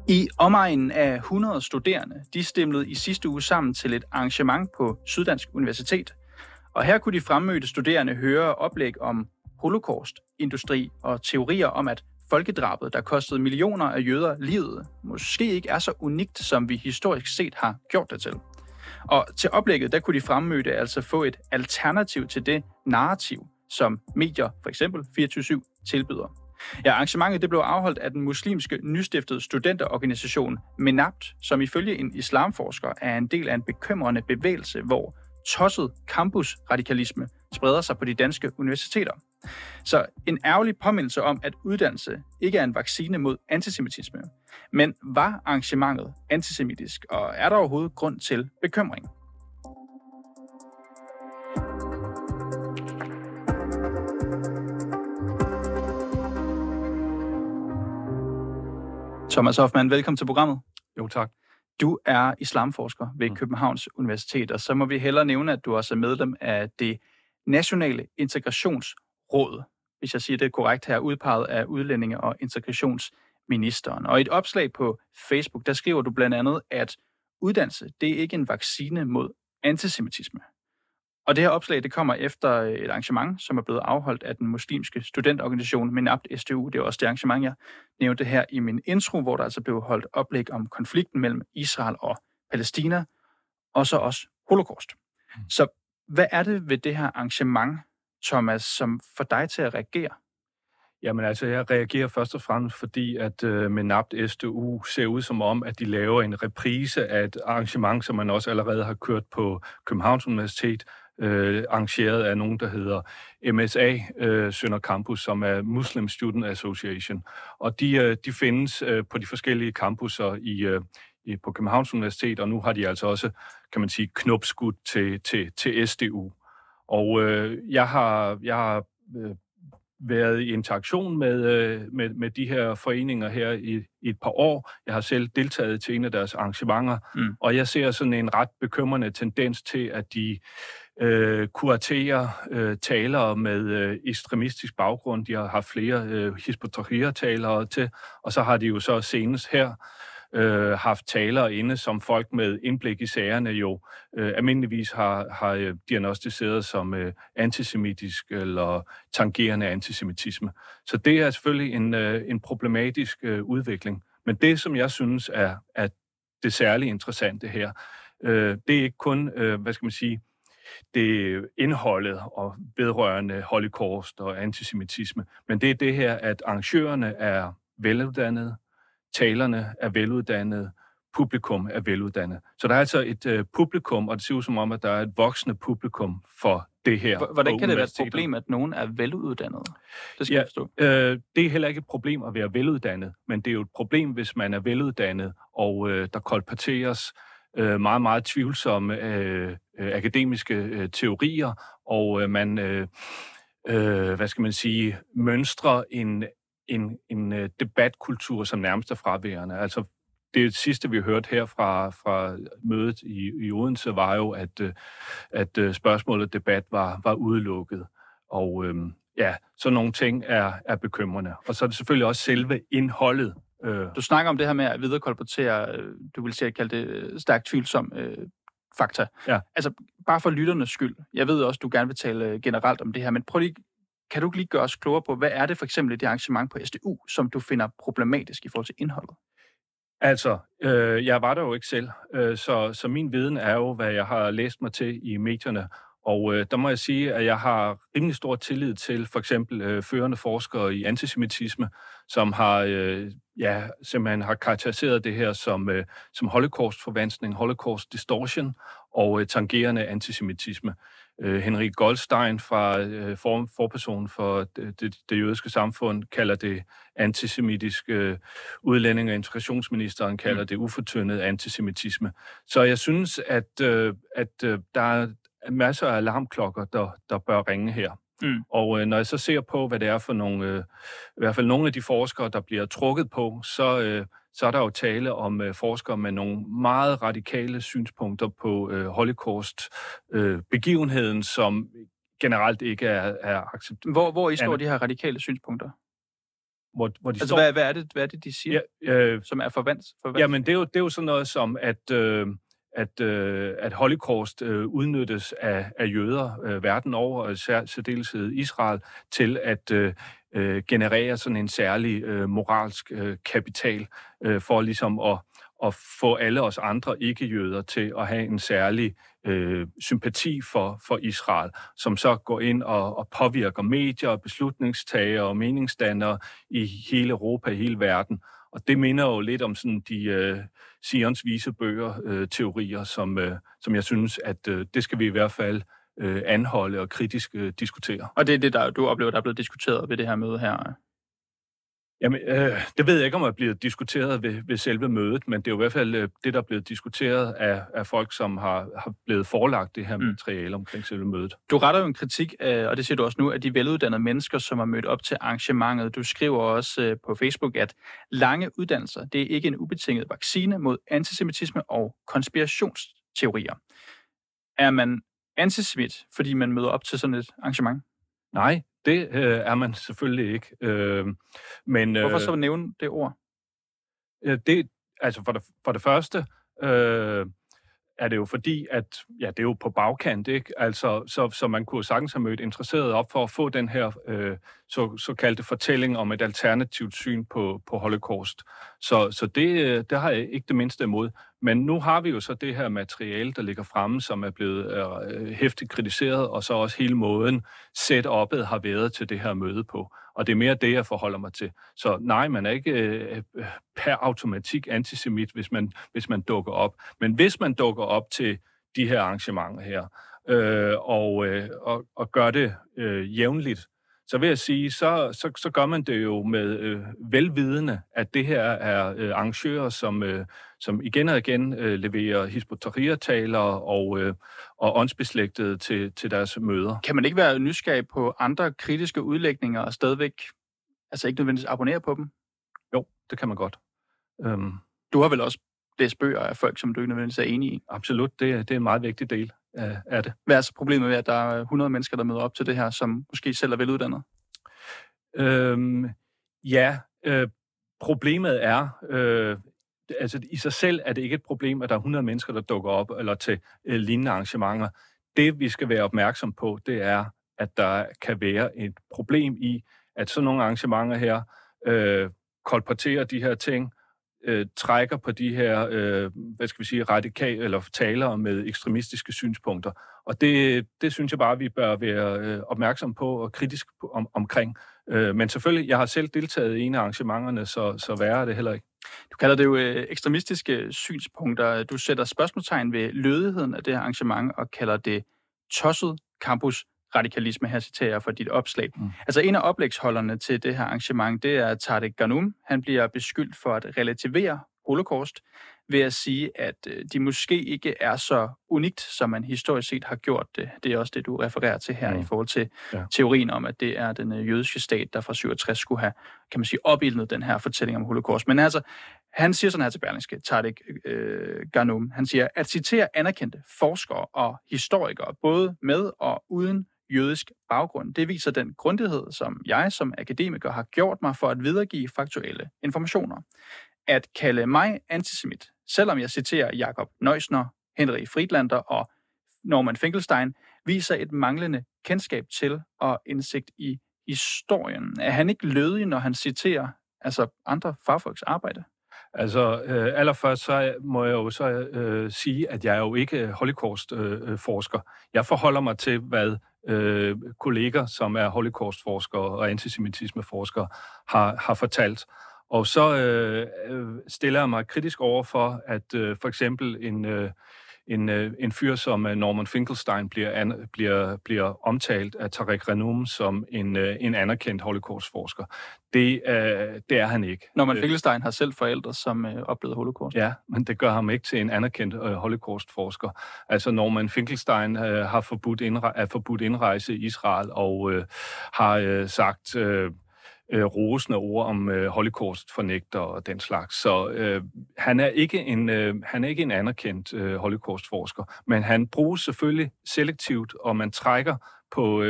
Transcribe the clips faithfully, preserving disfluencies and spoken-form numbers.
I omegnen af hundrede studerende, de stemlede i sidste uge sammen til et arrangement på Syddansk Universitet. Og her kunne de fremmødte studerende høre oplæg om holocaust, industri og teorier om, at folkedrabet, der kostede millioner af jøder livet, måske ikke er så unikt, som vi historisk set har gjort det til. Og til oplægget, der kunne de fremmødte altså få et alternativ til det narrativ, som medier, for eksempel fireogtyve syv, tilbyder. Ja, arrangementet det blev afholdt af den muslimske nystiftede studenterorganisation MENAPT, som ifølge en islamforsker er en del af en bekymrende bevægelse, hvor tosset campusradikalisme spreder sig på de danske universiteter. Så en ærgerlig påmindelse om, at uddannelse ikke er en vaccine mod antisemitisme. Men var arrangementet antisemitisk, og er der overhovedet grund til bekymring? Thomas Hoffmann, velkommen til programmet. Jo, tak. Du er islamforsker ved Københavns Universitet, og så må vi hellere nævne, at du også er medlem af det Nationale Integrationsråd, hvis jeg siger det korrekt her, udpeget af udlændinge- og integrationsministeren. Og i et opslag på Facebook, der skriver du blandt andet, at uddannelse, det er ikke en vaccine mod antisemitisme. Og det her opslag, det kommer efter et arrangement, som er blevet afholdt af den muslimske studentorganisation MENAPT S D U. Det er også det arrangement, jeg nævnte her i min intro, hvor der altså blev holdt oplæg om konflikten mellem Israel og Palæstina, og så også holocaust. Mm. Så hvad er det ved det her arrangement, Thomas, som får dig til at reagere? Jamen altså, jeg reagerer først og fremmest, fordi at uh, MENAPT S D U ser ud som om, at de laver en reprise af et arrangement, som man også allerede har kørt på Københavns Universitet, øh, arrangeret af nogen, der hedder M S A øh, Sønder Campus, som er Muslim Student Association. Og de, øh, de findes øh, på de forskellige campusser i, øh, i, på Københavns Universitet, og nu har de altså også, kan man sige, knopskudt til, til, til S D U. Og øh, jeg har, jeg har øh, været i interaktion med, øh, med, med de her foreninger her i, i et par år. Jeg har selv deltaget til en af deres arrangementer, mm. og jeg ser sådan en ret bekymrende tendens til, at de øh, kuraterer øh, talere med øh, ekstremistisk baggrund. De har haft flere øh, Hizb ut-Tahrir-talere til, og så har de jo så senest her Øh, haft talere inde, som folk med indblik i sagerne jo øh, almindeligvis har, har øh, diagnostiseret som øh, antisemitisk eller tangerende antisemitisme. Så det er selvfølgelig en, øh, en problematisk øh, udvikling. Men det, som jeg synes er, er det særligt interessante her, øh, det er ikke kun, øh, hvad skal man sige, det indholdet og vedrørende holocaust og antisemitisme, men det er det her, at arrangørerne er veluddannede, talerne er veluddannede, publikum er veluddannet. Så der er altså et uh, publikum, og det ser ud som om, at der er et voksende publikum for det her. Hvordan kan det være et problem, at nogen er veluddannede? Det skal ja, jeg forstå. Øh, det er heller ikke et problem at være veluddannet, men det er jo et problem, hvis man er veluddannet, og øh, der kolporteres øh, meget, meget tvivlsomme øh, øh, akademiske øh, teorier, og øh, man, øh, øh, hvad skal man sige, mønstrer en en, en uh, debatkultur, som nærmest er fraværende. Altså, det sidste, vi hørte her fra, fra mødet i, i Odense, var jo, at, uh, at uh, spørgsmålet og debat var, var udelukket. Og um, ja, så nogle ting er, er bekymrende. Og så er det selvfølgelig også selve indholdet. Uh, du snakker om det her med at viderekolportere, du vil sige at kalde det stærkt tvivlsom uh, fakta. Ja. Altså, bare for lytternes skyld. Jeg ved også, du gerne vil tale generelt om det her, men prøv lige Kan du lige gøre os klogere på, hvad er det for eksempel i det arrangement på S D U, som du finder problematisk i forhold til indholdet? Altså, øh, jeg var der jo ikke selv, øh, så, så min viden er jo, hvad jeg har læst mig til i medierne. Og øh, der må jeg sige, at jeg har rimelig stor tillid til for eksempel øh, førende forskere i antisemitisme, som har, øh, ja, simpelthen har karakteriseret det her som, øh, som holocaust-forvanskning, holocaust distortion og øh, tangerende antisemitisme. Øh, Henrik Goldstein fra øh, for, forpersonen for det, det, det jødiske samfund kalder det antisemitisk. Øh, udlænding- og integrationsministeren kalder mm. det ufortyndet antisemitisme. Så jeg synes, at, øh, at øh, der er masser af alarmklokker, der, der bør ringe her. Mm. Og øh, når jeg så ser på, hvad det er for nogle, øh, i hvert fald nogle af de forskere, der bliver trukket på, så, øh, så er der jo tale om øh, forskere med nogle meget radikale synspunkter på øh, holocaust-begivenheden, øh, som generelt ikke er, er accepteret. Hvor, hvor I står de her radikale synspunkter? hvor, hvor de altså, står... Hvad, hvad, er det, hvad er det, de siger, ja, øh, som er forvandt? forvandt? Jamen, det er, jo, det er jo sådan noget som, at, øh, at, øh, at Holocaust øh, udnyttes af, af jøder øh, verden over, og især særdeleshed Israel, til at øh, øh, generere sådan en særlig øh, moralsk øh, kapital, øh, for ligesom at, at få alle os andre ikke-jøder til at have en særlig øh, sympati for, for Israel, som så går ind og, og påvirker medier, beslutningstagere og meningsdannere i hele Europa, i hele verden. Og det minder jo lidt om sådan de øh, Sions vise bøger, øh, teorier, som, øh, som jeg synes, at øh, det skal vi i hvert fald øh, anholde og kritisk øh, diskutere. Og det er det, der du oplever, der er blevet diskuteret ved det her møde her? Jamen, øh, det ved jeg ikke, om det er blevet diskuteret ved, ved selve mødet, men det er jo i hvert fald øh, det, der er blevet diskuteret af, af folk, som har, har blevet forelagt det her materiale mm. omkring selve mødet. Du retter jo en kritik, øh, og det siger du også nu, af de veluddannede mennesker, som har mødt op til arrangementet. Du skriver også øh, på Facebook, at lange uddannelser, det er ikke en ubetinget vaccine mod antisemitisme og konspirationsteorier. Er man antisemit, fordi man møder op til sådan et arrangement? Nej, det øh, er man selvfølgelig ikke. Øh, men, Hvorfor øh, så nævne det ord? Øh, det, altså for det, for det første øh, er det jo fordi, at ja, det er jo på bagkant, ikke? Altså, så, så man kunne sagtens have mødt interesseret op for at få den her øh, så, såkaldte fortælling om et alternativt syn på, på Holocaust. Så, så det, det har jeg ikke det mindste imod. Men nu har vi jo så det her materiale, der ligger fremme, som er blevet øh, hæftigt kritiseret, og så også hele måden setup'et har været til det her møde på. Og det er mere det, jeg forholder mig til. Så nej, man er ikke øh, per automatik antisemit, hvis man, hvis man dukker op. Men hvis man dukker op til de her arrangementer her, øh, og, øh, og, og gør det øh, jævnligt, så vil jeg sige, så, så, så gør man det jo med øh, velvidende, at det her er øh, arrangører, som, øh, som igen og igen øh, leverer Hizb ut-Tahrir-taler og, øh, og åndsbeslægtede til, til deres møder. Kan man ikke være nysgerrig på andre kritiske udlægninger og stadigvæk altså ikke nødvendigvis abonnere på dem? Jo, det kan man godt. Øhm, du har vel også læst bøger af folk, som du ikke nødvendigvis er enig i? Absolut, det, det er en meget vigtig del af, af det. Hvad er så problemet ved, at der er hundrede mennesker, der møder op til det her, som måske selv er veluddannet? Øhm, ja, øh, problemet er, øh, altså i sig selv er det ikke et problem, at der er hundrede mennesker, der dukker op eller til øh, lignende arrangementer. Det, vi skal være opmærksom på, det er, at der kan være et problem i, at sådan nogle arrangementer her øh, kolporterer de her ting, øh, trækker på de her, øh, hvad skal vi sige, radikale eller talere med ekstremistiske synspunkter. Og det, det synes jeg bare, vi bør være øh, opmærksom på og kritisk på, om, omkring. Øh, men selvfølgelig, jeg har selv deltaget i en af arrangementerne, så, så værre er det heller ikke. Du kalder det jo øh, ekstremistiske synspunkter. Du sætter spørgsmålstegn ved lødigheden af det her arrangement og kalder det tosset campus radikalisme. Her citerer jeg fra dit opslag. Mm. Altså en af oplægsholderne til det her arrangement, det er Tarek Ghanum. Han bliver beskyldt for at relativere holocaust ved at sige, at de måske ikke er så unikt, som man historisk set har gjort det. Det er også det, du refererer til her mm. i forhold til ja. teorien om, at det er den jødiske stat, der fra syvogtres skulle have, kan man sige, opildnet den her fortælling om holocaust. Men altså, han siger sådan her til Berlingske, Tarek øh, Ghanum. Han siger, at citere anerkendte forskere og historikere, både med og uden jødisk baggrund. Det viser den grundighed, som jeg som akademiker har gjort mig for at videregive faktuelle informationer. At kalde mig antisemit, selvom jeg citerer Jakob Neusner, Henry Friedlander og Norman Finkelstein, viser et manglende kendskab til og indsigt i historien. Er han ikke lødig, når han citerer altså andre fagfolks arbejde? Altså, øh, allerførst så må jeg jo så øh, sige, at jeg er jo ikke holocaust-forsker. Øh, jeg forholder mig til, hvad øh, kolleger, som er holocaust-forskere og antisemitisme-forskere, har, har fortalt. Og så øh, stiller jeg mig kritisk over for, at øh, for eksempel en, øh, en, øh, en fyr som Norman Finkelstein bliver, an, bliver, bliver omtalt af Tarek Ghanum som en, øh, en anerkendt holocaust-forsker. Det, øh, det er han ikke. Norman Finkelstein har selv forældre, som øh, oplevede holocaust. Ja, men det gør ham ikke til en anerkendt øh, holocaust-forsker. Altså Norman Finkelstein øh, har forbudt indre- er forbudt indrejse i Israel og øh, har øh, sagt Øh, Øh, rosende ord om øh, holocaust-fornægter og den slags. Så øh, han, er ikke en, øh, han er ikke en anerkendt øh, holocaust-forsker, men han bruges selvfølgelig selektivt, og man trækker på øh,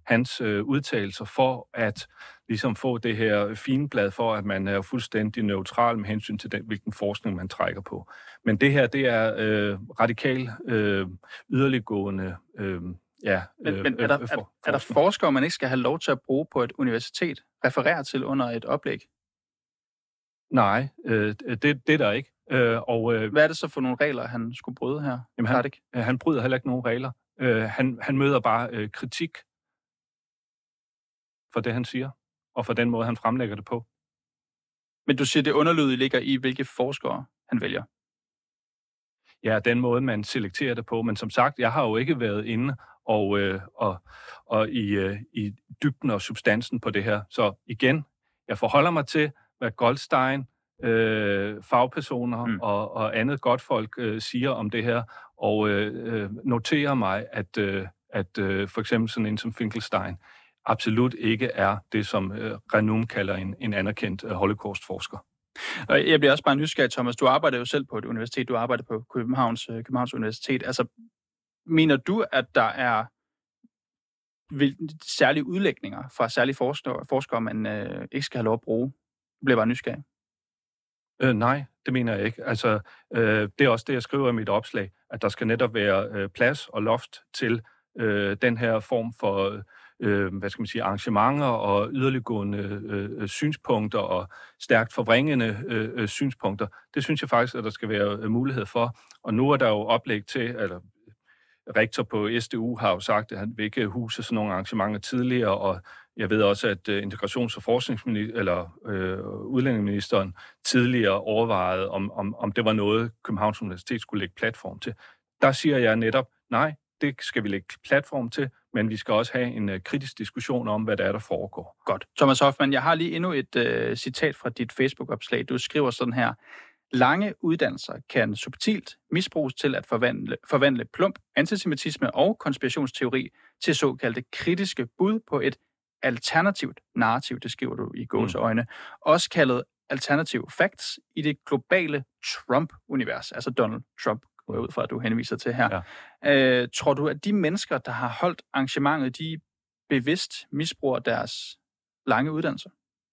hans øh, udtalelser for at ligesom få det her fine blad for, at man er fuldstændig neutral med hensyn til den, hvilken forskning man trækker på. Men det her, det er øh, radikal øh, yderliggående øh, ja, men, øh, men er, der, øh, for, er, er der forskere, man ikke skal have lov til at bruge på et universitet, referere til under et oplæg? Nej, øh, det, det er der ikke. Øh, og, øh, Hvad er det så for nogle regler, han skulle bryde her? Jamen, han, ikke. han bryder heller ikke nogen regler. Øh, han, han møder bare øh, kritik for det, han siger, og for den måde, han fremlægger det på. Men du siger, det underlydige ligger i, hvilke forskere han vælger? Ja, den måde, man selekterer det på. Men som sagt, jeg har jo ikke været inde og, øh, og, og i, øh, i dybden og substansen på det her. Så igen, jeg forholder mig til, hvad Goldstein, øh, fagpersoner mm. og, og andet godt folk øh, siger om det her, og øh, noterer mig, at, øh, at øh, for eksempel sådan en som Finkelstein absolut ikke er det, som øh, Renum kalder en, en anerkendt øh, holocaust-forsker. Og jeg bliver også bare nysgerrig, Thomas. Du arbejder jo selv på et universitet. Du arbejder på Københavns, Københavns Universitet. Altså, mener du, at der er særlige udlægninger fra særlige forskere, forskere man øh, ikke skal have lov at bruge? Du bliver bare nysgerrig. Øh, nej, det mener jeg ikke. Altså, øh, det er også det, jeg skriver i mit opslag, at der skal netop være øh, plads og loft til øh, den her form for øh, hvad skal man sige, arrangementer og yderliggående øh, synspunkter og stærkt forvrængende øh, synspunkter. Det synes jeg faktisk, at der skal være øh, mulighed for. Og nu er der jo oplæg til, eller rektor på S D U har jo sagt, at han vil ikke huse sådan nogle arrangementer tidligere, og jeg ved også, at integrations- og forskningsminister, eller øh, udlændingeministeren tidligere overvejede, om, om, om det var noget, Københavns Universitet skulle lægge platform til. Der siger jeg netop, nej, det skal vi lægge platform til, men vi skal også have en uh, kritisk diskussion om, hvad der er, der foregår. Godt. Thomas Hoffmann, jeg har lige endnu et uh, citat fra dit Facebook-opslag. Du skriver sådan her: lange uddannelser kan subtilt misbruges til at forvandle, forvandle plump antisemitisme og konspirationsteori til såkaldte kritiske bud på et alternativt narrativ, det skriver du i gåseøjne, mm. også kaldet alternative facts i det globale Trump-univers, altså Donald Trump, går jeg ud fra, at du henviser til her. Ja. Øh, tror du, at de mennesker, der har holdt arrangementet, de bevidst misbruger deres lange uddannelser?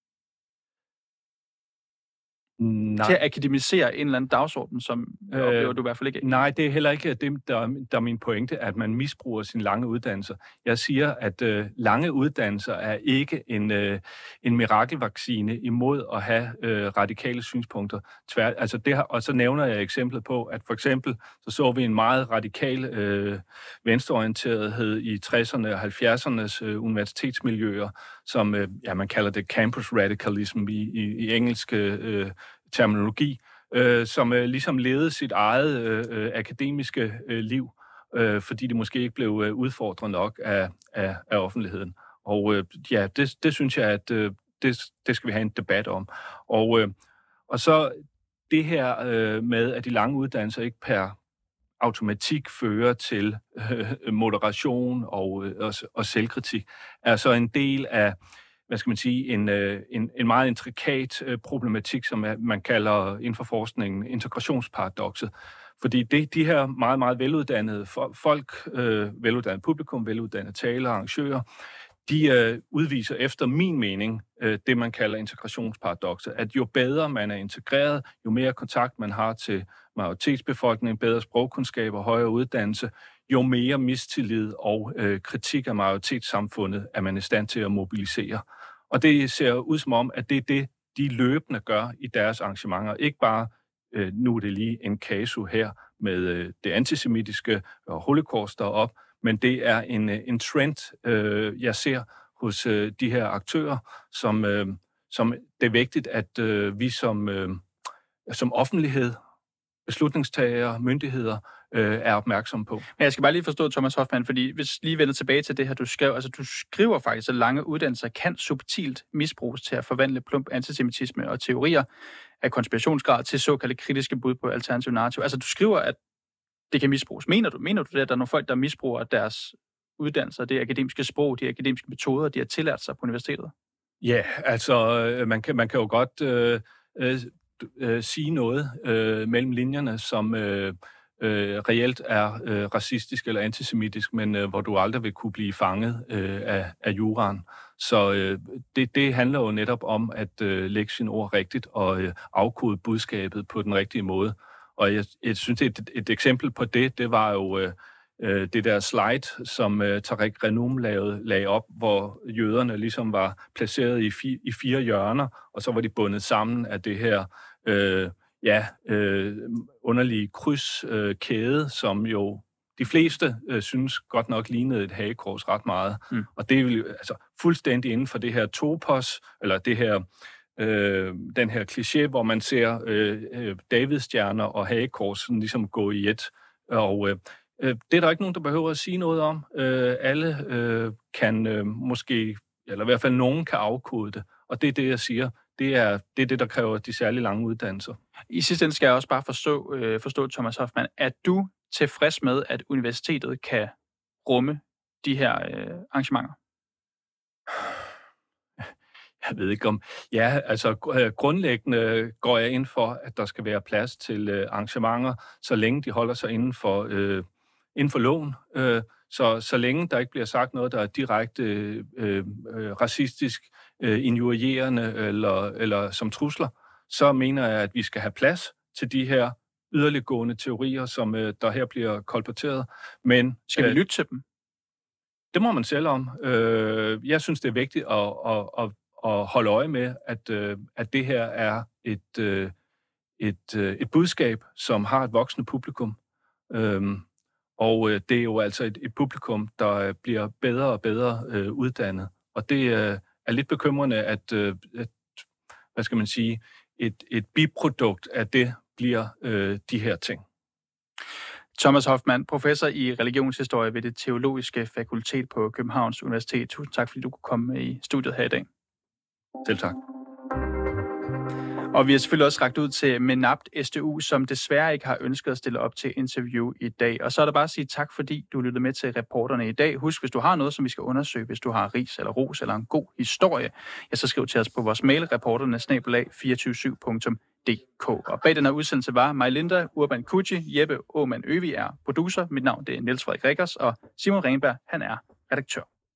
Nej. Til at akademisere en eller anden dagsorden, som øh, oplever du i hvert fald ikke? Nej, det er heller ikke det, der, der er min pointe, at man misbruger sine lange uddannelser. Jeg siger, at øh, lange uddannelser er ikke en, øh, en mirakelvaccine imod at have øh, radikale synspunkter. Tvær, altså det her, og så nævner jeg eksemplet på, at for eksempel så så vi en meget radikal øh, venstreorienterethed i tresserne og halvfjerdserne øh, universitetsmiljøer, som øh, ja, man kalder det campus radicalism i, i, i engelsk øh, terminologi, øh, som øh, ligesom levede sit eget øh, akademiske øh, liv, øh, fordi det måske ikke blev øh, udfordret nok af, af, af offentligheden. Og øh, ja, det, det synes jeg, at øh, det, det skal vi have en debat om. Og, øh, og så det her øh, med, at de lange uddannelser ikke per automatik fører til øh, moderation og, øh, og, og selvkritik, er så en del af, hvad skal man sige, en, en, en meget intrikat problematik, som man kalder inden for forskningen integrationsparadoxet. Fordi det, de her meget, meget veluddannede folk, øh, veluddannede publikum, veluddannede talere, arrangører, de øh, udviser efter min mening øh, det, man kalder integrationsparadoxet, at jo bedre man er integreret, jo mere kontakt man har til majoritetsbefolkningen, bedre sprogkundskaber, højere uddannelse, jo mere mistillid og øh, kritik af majoritetssamfundet er man i stand til at mobilisere. Og det ser ud som om, at det er det, de løbende gør i deres arrangementer. Ikke bare, øh, nu er det lige en kasu her med øh, det antisemitiske og holocaust derop, men det er en, en trend, øh, jeg ser hos øh, de her aktører, som, øh, som det er vigtigt, at øh, vi som, øh, som offentlighed, beslutningstagere, myndigheder, øh, er opmærksomme på. Men jeg skal bare lige forstå, Thomas Hoffmann, fordi hvis lige vender tilbage til det her, du skrev, altså du skriver faktisk, at lange uddannelser kan subtilt misbruges til at forvandle plump antisemitisme og teorier af konspirationsgrad til såkaldte kritiske bud på alternativ narrativ. Altså du skriver, at det kan misbruges. Mener du, mener du det, at der er nogle folk, der misbruger deres uddannelser, det akademiske sprog, de akademiske metoder, de har tillært sig på universitetet? Ja, altså man kan, man kan jo godt øh, øh, øh, sige noget øh, mellem linjerne, som, øh, øh, reelt er øh, racistisk eller antisemitisk, men øh, hvor du aldrig vil kunne blive fanget øh, af, af juraen. Så øh, det, det handler jo netop om at øh, lægge sine ord rigtigt og øh, afkode budskabet på den rigtige måde. Og jeg, jeg synes, et, et eksempel på det, det var jo øh, det der slide, som øh, Tariq Renoum lavede, lagde op, hvor jøderne ligesom var placeret i, fi, i fire hjørner, og så var de bundet sammen af det her øh, ja, øh, underlige krydskæde, øh, som jo de fleste øh, synes godt nok lignede et hagekors ret meget. Mm. Og det er jo altså fuldstændig inden for det her topos, eller det her Øh, den her kliché, hvor man ser øh, øh, Davidstjerner og hagekors sådan ligesom gå i et. Og øh, det er der ikke nogen, der behøver at sige noget om. Øh, alle øh, kan øh, måske, eller i hvert fald nogen kan afkode det. Og det er det, jeg siger. Det er det, er det der kræver de særlig lange uddannelser. I sidste ende skal jeg også bare forstå, øh, forstå Thomas Hoffmann. Er du tilfreds med, at universitetet kan rumme de her øh, arrangementer? Jeg ved ikke om... Ja, altså grundlæggende går jeg ind for, at der skal være plads til øh, arrangementer, så længe de holder sig inden for, øh, inden for loven. Øh, så, så længe der ikke bliver sagt noget, der er direkte øh, øh, racistisk, øh, injurierende eller, eller som trusler, så mener jeg, at vi skal have plads til de her yderliggående teorier, som øh, der her bliver kolporteret. Men skal vi lytte til dem? Det må man selv om. Øh, jeg synes, det er vigtigt at, at, at og holde øje med, at, øh, at det her er et, øh, et, øh, et budskab, som har et voksende publikum. Øhm, og øh, det er jo altså et, et publikum, der bliver bedre og bedre øh, uddannet. Og det øh, er lidt bekymrende, at, øh, at hvad skal man sige, et, et biprodukt af det bliver øh, de her ting. Thomas Hoffmann, professor i religionshistorie ved det teologiske fakultet på Københavns Universitet. Tusind tak, fordi du kunne komme i studiet her i dag. Selv tak. Og vi har selvfølgelig også rakt ud til Menapt S D U, som desværre ikke har ønsket at stille op til interview i dag. Og så er der bare at sige tak, fordi du lyttede med til reporterne i dag. Husk, hvis du har noget, som vi skal undersøge, hvis du har ris eller ros eller en god historie, ja, så skriv til os på vores mail, reporterne snabel-a to to syv punktum d k. Og bag den her udsendelse var Majlinda Urban Kuji, Jeppe Åman Øvig er producer. Mit navn det er Niels Frederik Rikkers, og Simon Renberg, han er redaktør.